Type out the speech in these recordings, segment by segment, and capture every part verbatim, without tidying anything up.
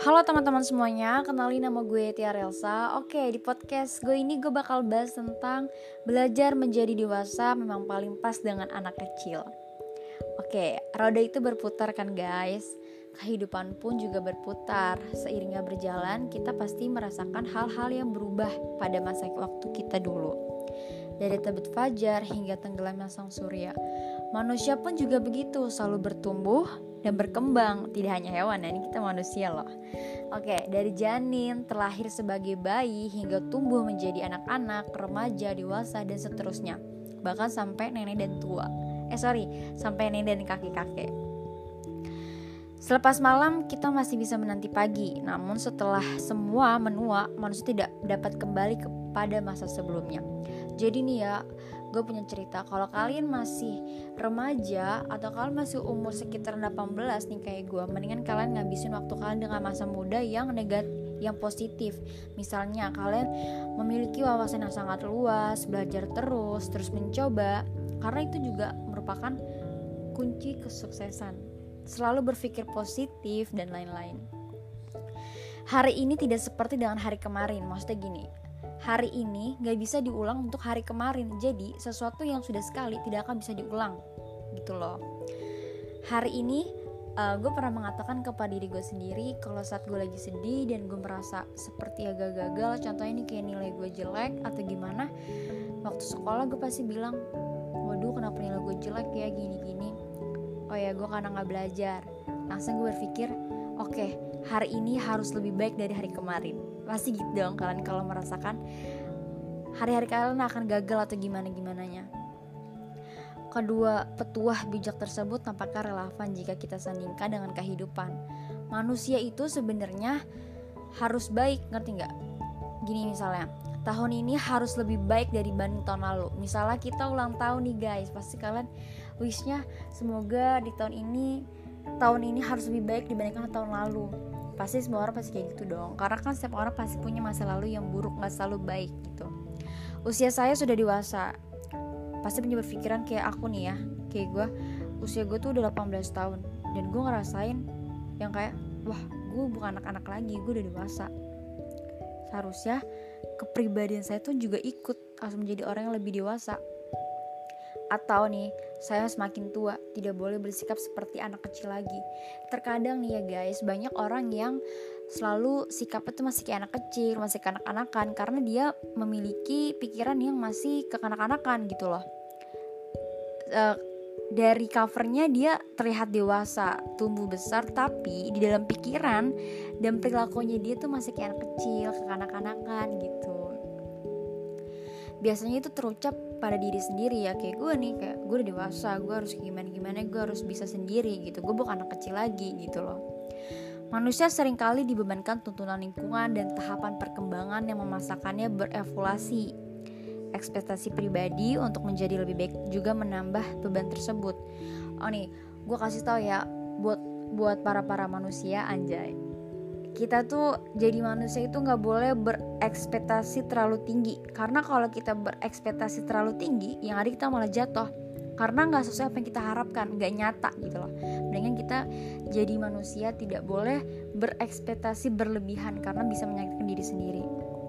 Halo teman-teman semuanya, kenalin nama gue Tia Relsa. Oke, di podcast gue ini gue bakal bahas tentang belajar menjadi dewasa memang paling pas dengan anak kecil. Oke, roda itu berputar kan guys. Kehidupan pun juga berputar. Seiringnya berjalan, kita pasti merasakan hal-hal yang berubah pada masa waktu kita dulu. Dari terbit fajar hingga tenggelamnya sang surya. Manusia pun juga begitu, selalu bertumbuh dan berkembang. Tidak hanya hewan, ya, ini kita manusia loh. Oke, dari janin, terlahir sebagai bayi, hingga tumbuh menjadi anak-anak, remaja, dewasa, dan seterusnya. Bahkan sampai nenek dan tua. Eh sorry, sampai nenek dan kakek-kakek. Selepas malam, kita masih bisa menanti pagi. Namun setelah semua menua, manusia tidak dapat kembali kepada masa sebelumnya. Jadi nih ya, gue punya cerita. Kalau kalian masih remaja atau kalian masih umur sekitar delapan belas nih kayak gue, mendingan kalian ngabisin waktu kalian dengan masa muda yang negatif, yang positif. Misalnya kalian memiliki wawasan yang sangat luas, belajar terus, terus mencoba. Karena itu juga merupakan kunci kesuksesan. Selalu berpikir positif dan lain-lain. Hari ini tidak seperti dengan hari kemarin. Maksudnya gini, hari ini gak bisa diulang untuk hari kemarin. Jadi sesuatu yang sudah sekali tidak akan bisa diulang, gitu loh. Hari ini uh, gue pernah mengatakan kepada diri gue sendiri, kalau saat gue lagi sedih dan gue merasa seperti agak gagal, contohnya nih kayak nilai gue jelek atau gimana, waktu sekolah gue pasti bilang, waduh kenapa nilai gue jelek ya gini-gini. Oh ya, gue karena gak belajar. Langsung gue berpikir, oke, okay, hari ini harus lebih baik dari hari kemarin. Pasti gitu dong kalian kalau merasakan hari-hari kalian akan gagal atau gimana-gimananya. Kedua petuah bijak tersebut tampaknya relevan jika kita sandingkan dengan kehidupan. Manusia itu sebenarnya harus baik, ngerti gak? Gini misalnya, tahun ini harus lebih baik dari banding tahun lalu. Misalnya kita ulang tahun nih guys, pasti kalian wishnya semoga di tahun ini tahun ini harus lebih baik dibandingkan tahun lalu. Pasti semua orang pasti kayak gitu dong, karena kan setiap orang pasti punya masa lalu yang buruk, gak selalu baik gitu. Usia saya sudah dewasa, pasti punya berpikiran kayak aku nih ya, kayak gue, usia gue tuh udah delapan belas tahun, dan gue ngerasain yang kayak, wah gue bukan anak-anak lagi, gue udah dewasa. Seharusnya kepribadian saya tuh juga ikut harus menjadi orang yang lebih dewasa. Atau nih, saya semakin tua, tidak boleh bersikap seperti anak kecil lagi. Terkadang nih ya guys, banyak orang yang selalu sikapnya tuh masih kayak anak kecil, masih kanak-kanakan, karena dia memiliki pikiran yang masih kekanak-kanakan gitu loh. E, dari covernya dia terlihat dewasa, tumbuh besar, tapi di dalam pikiran dan perilakunya dia tuh masih kayak anak kecil, kekanak-kanakan gitu. Biasanya itu terucap pada diri sendiri ya, kayak gue nih, kayak gue udah dewasa, gue harus gimana-gimana, gue harus bisa sendiri gitu, gue bukan anak kecil lagi gitu loh. Manusia seringkali dibebankan tuntunan lingkungan dan tahapan perkembangan yang memaksakannya berevolusi. Ekspektasi pribadi untuk menjadi lebih baik juga menambah beban tersebut. Oh nih, gue kasih tahu ya, buat buat para para manusia anjay. Kita tuh jadi manusia itu gak boleh berekspektasi terlalu tinggi. Karena kalau kita berekspektasi terlalu tinggi, yang ada kita malah jatuh. Karena gak sesuai apa yang kita harapkan, gak nyata gitu loh. Mendingan kita jadi manusia tidak boleh berekspektasi berlebihan, karena bisa menyakitkan diri sendiri.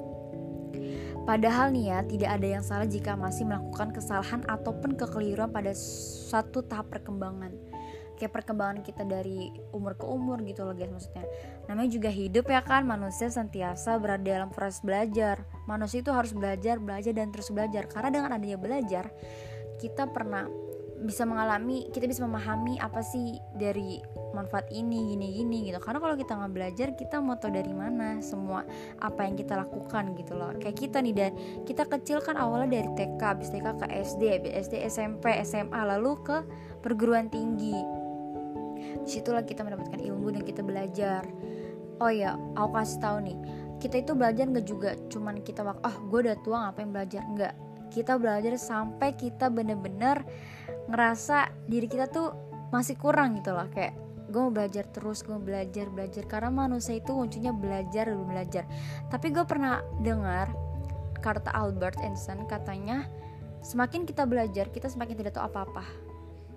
Padahal nih ya, tidak ada yang salah jika masih melakukan kesalahan ataupun kekeliruan pada suatu tahap perkembangan. Kayak perkembangan kita dari umur ke umur gitu loh guys, maksudnya namanya juga hidup ya kan, manusia sentiasa berada dalam proses belajar. Manusia itu harus belajar, belajar dan terus belajar, karena dengan adanya belajar kita pernah bisa mengalami, kita bisa memahami apa sih dari manfaat ini gini-gini gitu. Karena kalau kita nggak belajar, kita mau tahu dari mana semua apa yang kita lakukan gitu loh. Kayak kita nih, dan kita kecil kan awalnya dari T K, habis T K ke S D, habis S D S M P, S M A, lalu ke perguruan tinggi. Disitulah kita mendapatkan ilmu dan kita belajar. Oh ya, aku kasih tahu nih, kita itu belajar nggak juga cuman kita wak, oh gue udah tua ngapain belajar, enggak. Kita belajar sampai kita bener-bener ngerasa diri kita tuh masih kurang gitu loh. Kayak gue mau belajar terus, gue mau belajar belajar karena manusia itu kuncinya belajar dan belajar. Tapi gue pernah dengar kata Albert Einstein, katanya semakin kita belajar, kita semakin tidak tahu apa-apa.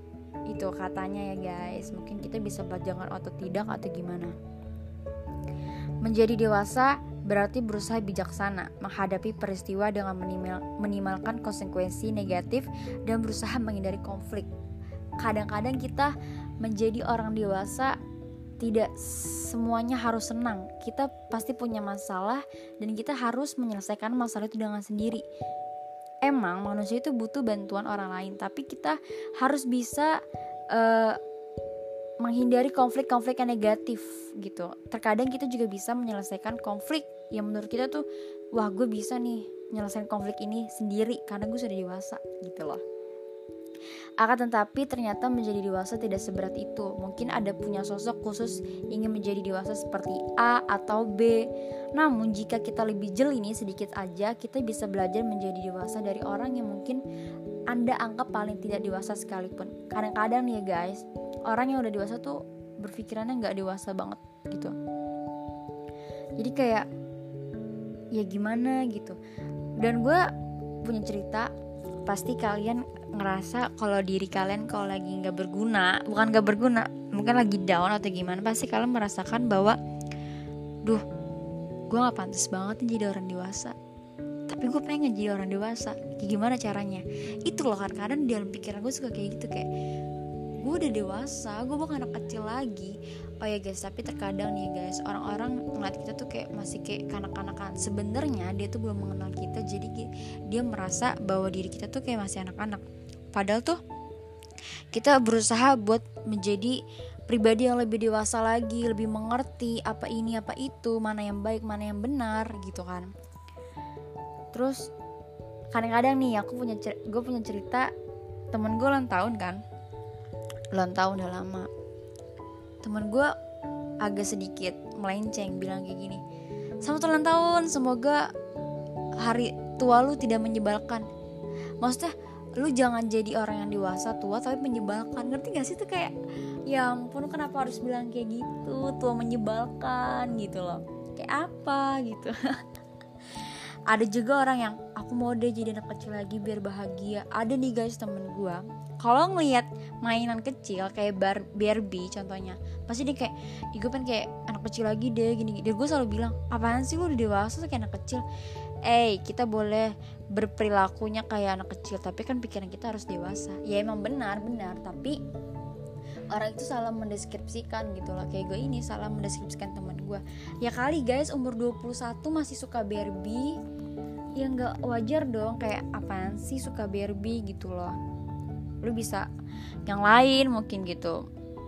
Itu katanya ya guys. Mungkin kita bisa belajar atau tidak atau gimana. Menjadi dewasa berarti berusaha bijaksana, menghadapi peristiwa dengan minimal, minimalkan konsekuensi negatif dan berusaha menghindari konflik. Kadang-kadang kita menjadi orang dewasa tidak semuanya harus senang. Kita pasti punya masalah dan kita harus menyelesaikan masalah itu dengan sendiri. Emang manusia itu butuh bantuan orang lain, tapi kita harus bisa uh, menghindari konflik-konflik yang negatif gitu. Terkadang kita juga bisa menyelesaikan konflik yang menurut kita tuh, wah gue bisa nih nyelesain konflik ini sendiri karena gue sudah dewasa gitu loh. Akan tetapi ternyata menjadi dewasa tidak seberat itu. Mungkin ada punya sosok khusus ingin menjadi dewasa seperti A atau B. Namun jika kita lebih jeli nih sedikit aja, kita bisa belajar menjadi dewasa dari orang yang mungkin Anda anggap paling tidak dewasa sekalipun. Kadang-kadang nih ya guys, orang yang udah dewasa tuh berpikirannya gak dewasa banget gitu. Jadi kayak ya gimana gitu. Dan gue punya cerita, pasti kalian ngerasa kalau diri kalian kalau lagi gak berguna, bukan gak berguna, mungkin lagi down atau gimana, pasti kalian merasakan bahwa duh, gue gak pantas banget nih jadi orang dewasa, tapi gue pengen jadi orang dewasa. Kayak gimana caranya? Itu loh, kadang-kadang di dalam pikiran gue suka kayak gitu, kayak gue udah dewasa, gue bukan anak kecil lagi. Oh ya guys, tapi terkadang nih guys, orang-orang ngeliat kita tuh kayak masih kayak kanak-kanakan. Sebenarnya dia tuh belum mengenal kita, jadi dia merasa bahwa diri kita tuh kayak masih anak-anak. Padahal tuh kita berusaha buat menjadi pribadi yang lebih dewasa lagi, lebih mengerti apa ini apa itu, mana yang baik, mana yang benar gitu kan. Terus kadang-kadang nih aku punya cer- gue punya cerita, temen gue ulang tahun kan, ulang tahun udah lama. Temen gue agak sedikit melenceng, bilang kayak gini, selamat ulang tahun, semoga hari tua lu tidak menyebalkan. Maksudnya lu jangan jadi orang yang dewasa tua tapi menyebalkan, ngerti gak sih? Tuh kayak ya ampun, kenapa harus bilang kayak gitu, tua menyebalkan gitu loh, kayak apa gitu. Ada juga orang yang aku mau deh jadi anak kecil lagi biar bahagia. Ada nih guys temen gue, kalau ngelihat mainan kecil kayak bar- Barbie contohnya, pasti dia kayak, ih gue pengen kayak anak kecil lagi deh gini-gini. Dan gue selalu bilang, apaan sih lu udah dewasa kayak anak kecil. Eh kita boleh berperilakunya kayak anak kecil, tapi kan pikiran kita harus dewasa. Ya emang benar-benar, tapi orang itu salah mendeskripsikan gitu loh. Kayak gue ini salah mendeskripsikan teman gue. Ya kali guys, umur dua puluh satu masih suka Barbie, ya gak wajar dong. Kayak apaan sih suka Barbie gitu loh, lu bisa yang lain mungkin gitu.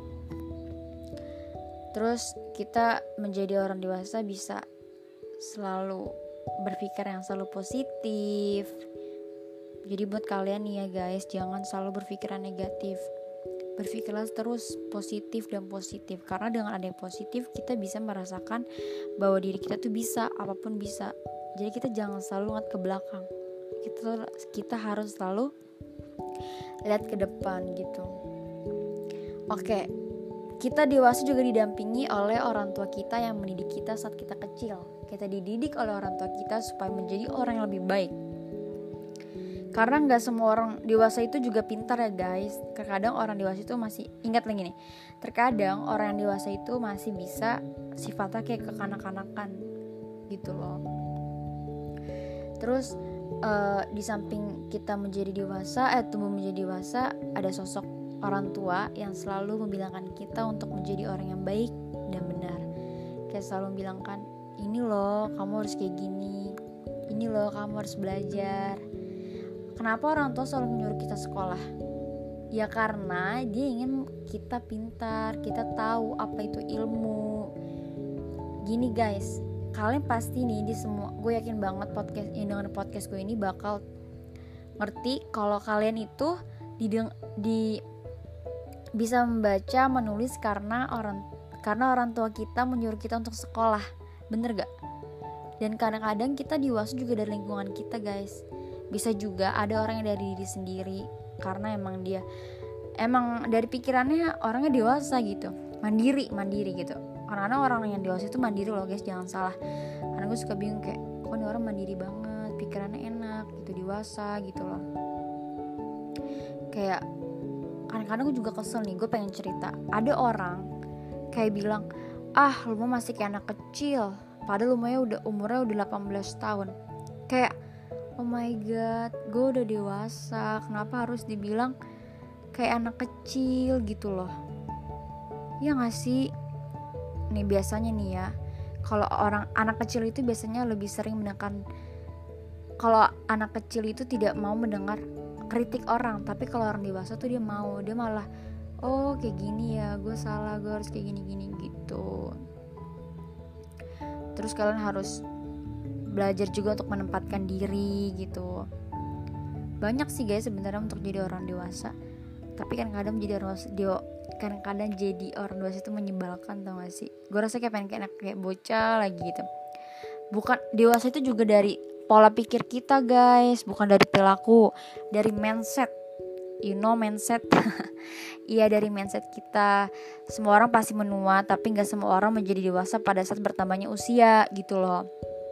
Terus kita menjadi orang dewasa bisa selalu berpikir yang selalu positif. Jadi buat kalian nih ya guys, jangan selalu berpikiran negatif, berpikirlah terus positif dan positif. Karena dengan adanya positif kita bisa merasakan bahwa diri kita tuh bisa, apapun bisa. Jadi kita jangan selalu ngeliat ke belakang, kita, kita harus selalu lihat ke depan gitu. Oke, kita dewasa juga didampingi oleh orang tua kita yang mendidik kita saat kita kecil. Kita dididik oleh orang tua kita supaya menjadi orang yang lebih baik. Karena gak semua orang dewasa itu juga pintar ya guys. Terkadang orang dewasa itu masih, ingat lagi nih, terkadang orang yang dewasa itu masih bisa sifatnya kayak kekanak-kanakan gitu loh. Terus uh, di samping kita menjadi dewasa, eh tumbuh menjadi dewasa, ada sosok orang tua yang selalu membilangkan kita untuk menjadi orang yang baik dan benar. Kayak selalu membilangkan, ini loh kamu harus kayak gini, ini loh kamu harus belajar. Kenapa orang tua selalu menyuruh kita sekolah? Ya karena dia ingin kita pintar, kita tahu apa itu ilmu. Gini guys, kalian pasti nih di semua, gue yakin banget podcast ini, dengan podcast gue ini bakal ngerti kalau kalian itu di, di bisa membaca, menulis karena orang karena orang tua kita menyuruh kita untuk sekolah, bener gak? Dan kadang-kadang kita dewasa juga dari lingkungan kita guys. Bisa juga ada orang yang dari diri sendiri, karena emang dia emang dari pikirannya orangnya dewasa gitu, mandiri mandiri gitu. Karena orang yang dewasa itu mandiri loh guys, jangan salah. Karena gue suka bingung kayak, kok ini orang mandiri banget, pikirannya enak gitu, dewasa gitu loh. Kayak kadang-kadang gue juga kesel nih, gue pengen cerita. Ada orang kayak bilang, ah lu mah masih kayak anak kecil, padahal lu mah udah umurnya udah delapan belas tahun. Kayak oh my god, gue udah dewasa, kenapa harus dibilang kayak anak kecil gitu loh. Ya gak sih? Nih biasanya nih ya, kalau orang anak kecil itu biasanya lebih sering mendengar, kalau anak kecil itu tidak mau mendengar kritik orang, tapi kalau orang dewasa tuh dia mau, dia malah oh kayak gini ya, gue salah, gue harus kayak gini-gini gitu. Terus kalian harus belajar juga untuk menempatkan diri gitu. Banyak sih guys sebenarnya untuk jadi orang dewasa, tapi kan kadang jadi orang dewasa, kadang-kadang jadi orang dewasa itu menyebalkan, tau gak sih? Gue rasa kayak pengen kayak, kayak bocah lagi gitu. Bukan, dewasa itu juga dari pola pikir kita guys, bukan dari perilaku, dari mindset. You know mindset. Iya, dari mindset kita. Semua orang pasti menua, tapi gak semua orang menjadi dewasa pada saat bertambahnya usia gitu loh.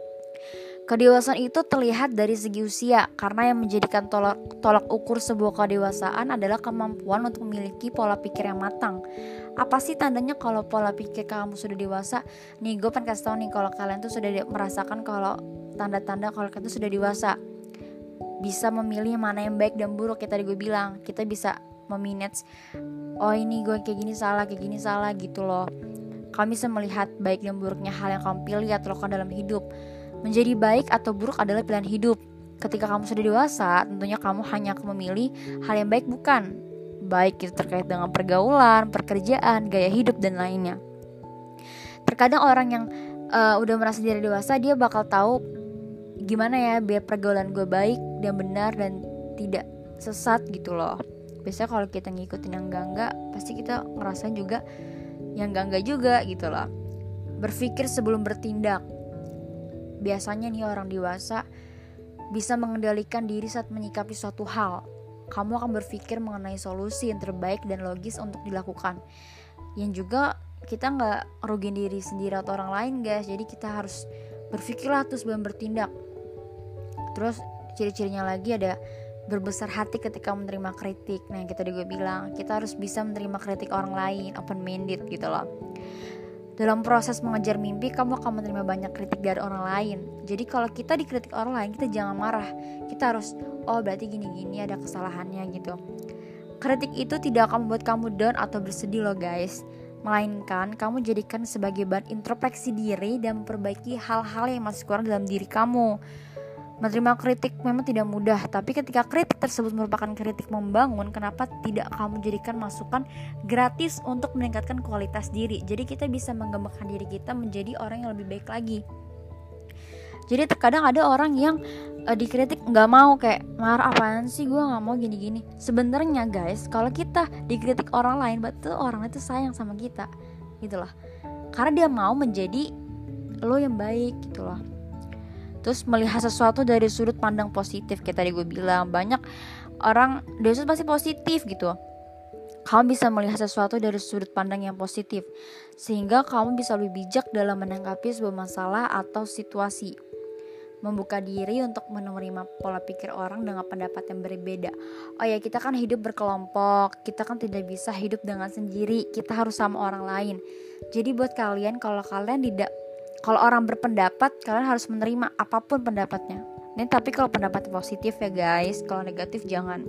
Kedewasaan itu terlihat dari segi usia, karena yang menjadikan tolak, tolak ukur sebuah kedewasaan adalah kemampuan untuk memiliki pola pikir yang matang. Apa sih tandanya kalau pola pikir kamu sudah dewasa? Nih gue pengen kasih tau nih, kalau kalian tuh sudah merasakan kalau tanda-tanda kalau kalian tuh sudah dewasa, bisa memilih mana yang baik dan buruk. Kayak tadi gue bilang, kita bisa memanage, oh ini gue kayak gini salah, kayak gini salah gitu loh. Kamu bisa melihat baik dan buruknya hal yang kamu pilih atau lakukan dalam hidup. Menjadi baik atau buruk adalah pilihan hidup. Ketika kamu sudah dewasa, tentunya kamu hanya akan memilih hal yang baik, bukan baik itu terkait dengan pergaulan, pekerjaan, gaya hidup, dan lainnya. Terkadang orang yang uh, udah merasa diri dewasa, dia bakal tahu gimana ya biar pergaulan gue baik dan benar dan tidak sesat gitu loh. Biasanya kalau kita ngikutin yang enggak-enggak, pasti kita ngerasain juga yang enggak-enggak juga gitu loh. Berpikir sebelum bertindak. Biasanya nih orang dewasa bisa mengendalikan diri saat menyikapi suatu hal. Kamu akan berpikir mengenai solusi yang terbaik dan logis untuk dilakukan. Yang juga kita gak rugiin diri sendiri atau orang lain guys. Jadi kita harus berpikirlah terus sebelum bertindak. Terus ciri-cirinya lagi ada berbesar hati ketika menerima kritik. Nah yang kita juga bilang, kita harus bisa menerima kritik orang lain, open minded gitu loh. Dalam proses mengejar mimpi, kamu akan menerima banyak kritik dari orang lain. Jadi kalau kita dikritik orang lain, kita jangan marah. Kita harus, oh berarti gini-gini ada kesalahannya gitu. Kritik itu tidak akan membuat kamu down atau bersedih loh guys. Melainkan kamu jadikan sebagai bahan introspeksi diri dan memperbaiki hal-hal yang masih kurang dalam diri kamu. Menerima kritik memang tidak mudah, tapi ketika kritik tersebut merupakan kritik membangun, kenapa tidak kamu jadikan masukan gratis untuk meningkatkan kualitas diri. Jadi kita bisa mengembangkan diri kita menjadi orang yang lebih baik lagi. Jadi terkadang ada orang yang uh, dikritik nggak mau, kayak marah, apaan sih gue nggak mau gini-gini. Sebenarnya guys, kalau kita dikritik orang lain, betul orang itu sayang sama kita, gitulah. Karena dia mau menjadi lo yang baik gitu loh. Terus melihat sesuatu dari sudut pandang positif. Kayak tadi gue bilang, banyak orang dari sudut pasti positif gitu. Kamu bisa melihat sesuatu dari sudut pandang yang positif, sehingga kamu bisa lebih bijak dalam menanggapi sebuah masalah atau situasi. Membuka diri untuk menerima pola pikir orang dengan pendapat yang berbeda. Oh ya, kita kan hidup berkelompok, kita kan tidak bisa hidup dengan sendiri, kita harus sama orang lain. Jadi buat kalian, kalau kalian tidak Kalau orang berpendapat, kalian harus menerima apapun pendapatnya. Ini tapi kalau pendapat positif ya guys, kalau negatif jangan.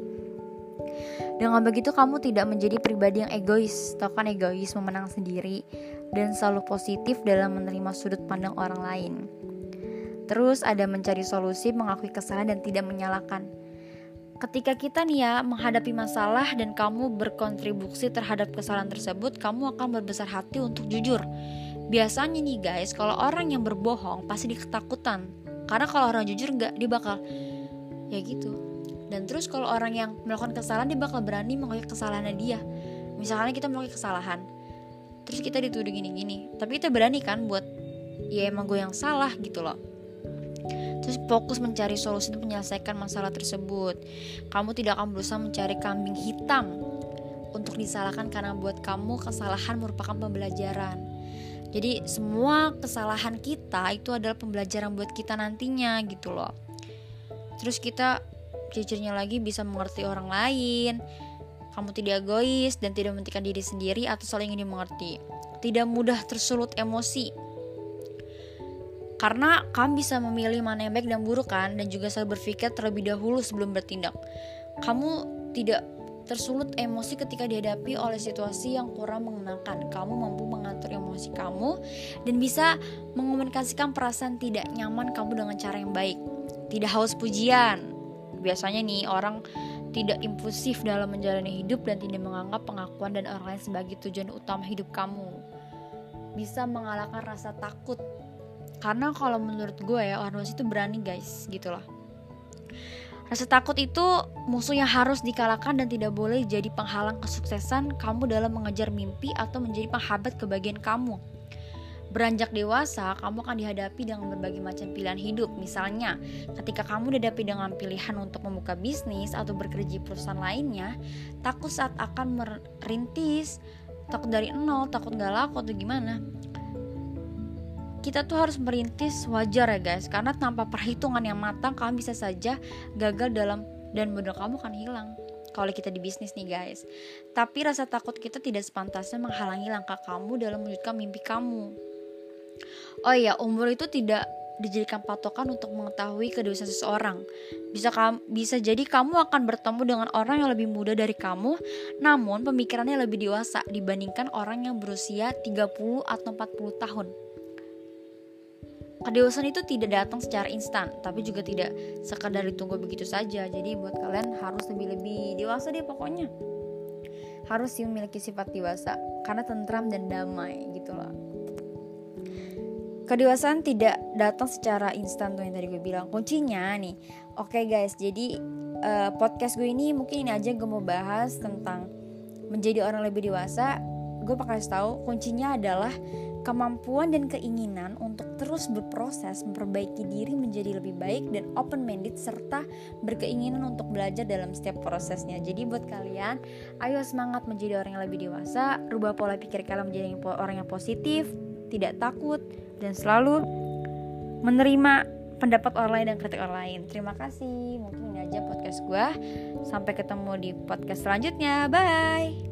Dengan begitu kamu tidak menjadi pribadi yang egois. Tahu kan egois, memenang sendiri, dan selalu positif dalam menerima sudut pandang orang lain. Terus ada mencari solusi, mengakui kesalahan dan tidak menyalahkan. Ketika kita nih ya menghadapi masalah dan kamu berkontribusi terhadap kesalahan tersebut, kamu akan berbesar hati untuk jujur. Biasanya nih guys, kalau orang yang berbohong pasti diketakutan. Karena kalau orang jujur enggak, dia bakal ya gitu. Dan terus kalau orang yang melakukan kesalahan, dia bakal berani mengakui kesalahannya dia. Misalnya kita melakukan kesalahan, terus kita dituduh gini-gini, tapi kita berani kan buat ya emang gue yang salah gitu loh. Terus fokus mencari solusi untuk menyelesaikan masalah tersebut. Kamu tidak akan berusaha mencari kambing hitam untuk disalahkan, karena buat kamu kesalahan merupakan pembelajaran. Jadi semua kesalahan kita itu adalah pembelajaran buat kita nantinya gitu loh. Terus kita ciri-cirinya lagi bisa mengerti orang lain, Kamu tidak egois dan tidak mementingkan diri sendiri atau saling ingin dimengerti. Tidak mudah tersulut emosi, karena kamu bisa memilih mana yang baik dan buruk kan, dan juga selalu berpikir terlebih dahulu sebelum bertindak. Kamu tidak tersulut emosi ketika dihadapi oleh situasi yang kurang menyenangkan. Kamu mampu mengatur emosi kamu dan bisa mengomunikasikan perasaan tidak nyaman kamu dengan cara yang baik. Tidak haus pujian. Biasanya nih orang tidak impulsif dalam menjalani hidup dan tidak menganggap pengakuan dan orang lain sebagai tujuan utama hidup kamu. Bisa mengalahkan rasa takut. Karena kalau menurut gue ya, orang dewasa itu berani guys, gitu loh. Rasa takut itu musuh yang harus dikalahkan dan tidak boleh jadi penghalang kesuksesan kamu dalam mengejar mimpi atau menjadi penghambat kebahagiaan kamu. Beranjak dewasa, kamu akan dihadapi dengan berbagai macam pilihan hidup. Misalnya, ketika kamu dihadapi dengan pilihan untuk membuka bisnis atau bekerja di perusahaan lainnya, takut saat akan merintis, takut dari nol, takut gak laku atau gimana. Kita tuh harus merintis, wajar ya guys, karena tanpa perhitungan yang matang kamu bisa saja gagal dalam dan modal kamu akan hilang. Kalau kita di bisnis nih guys. Tapi rasa takut kita tidak sepantasnya menghalangi langkah kamu dalam mewujudkan mimpi kamu. Oh iya, umur itu tidak dijadikan patokan untuk mengetahui kedewasaan seseorang. Bisa kam- bisa jadi kamu akan bertemu dengan orang yang lebih muda dari kamu, namun pemikirannya lebih dewasa dibandingkan orang yang berusia tiga puluh atau empat puluh tahun. Kedewasaan itu tidak datang secara instan, tapi juga tidak sekadar ditunggu begitu saja. Jadi buat kalian harus lebih-lebih dewasa deh pokoknya. Harus sih memiliki sifat dewasa, karena tentram dan damai gitu loh. Kedewasaan tidak datang secara instan tuh yang tadi gue bilang. Kuncinya nih, oke okay guys, jadi uh, podcast gue ini mungkin ini aja gue mau bahas tentang menjadi orang lebih dewasa. Gue bakal kasih tahu kuncinya adalah kemampuan dan keinginan untuk terus berproses memperbaiki diri menjadi lebih baik dan open-minded serta berkeinginan untuk belajar dalam setiap prosesnya. Jadi buat kalian, ayo semangat menjadi orang yang lebih dewasa, rubah pola pikir kalian menjadi orang yang positif, tidak takut, dan selalu menerima pendapat orang lain dan kritik orang lain. Terima kasih, mungkin ini aja podcast gue. Sampai ketemu di podcast selanjutnya, bye.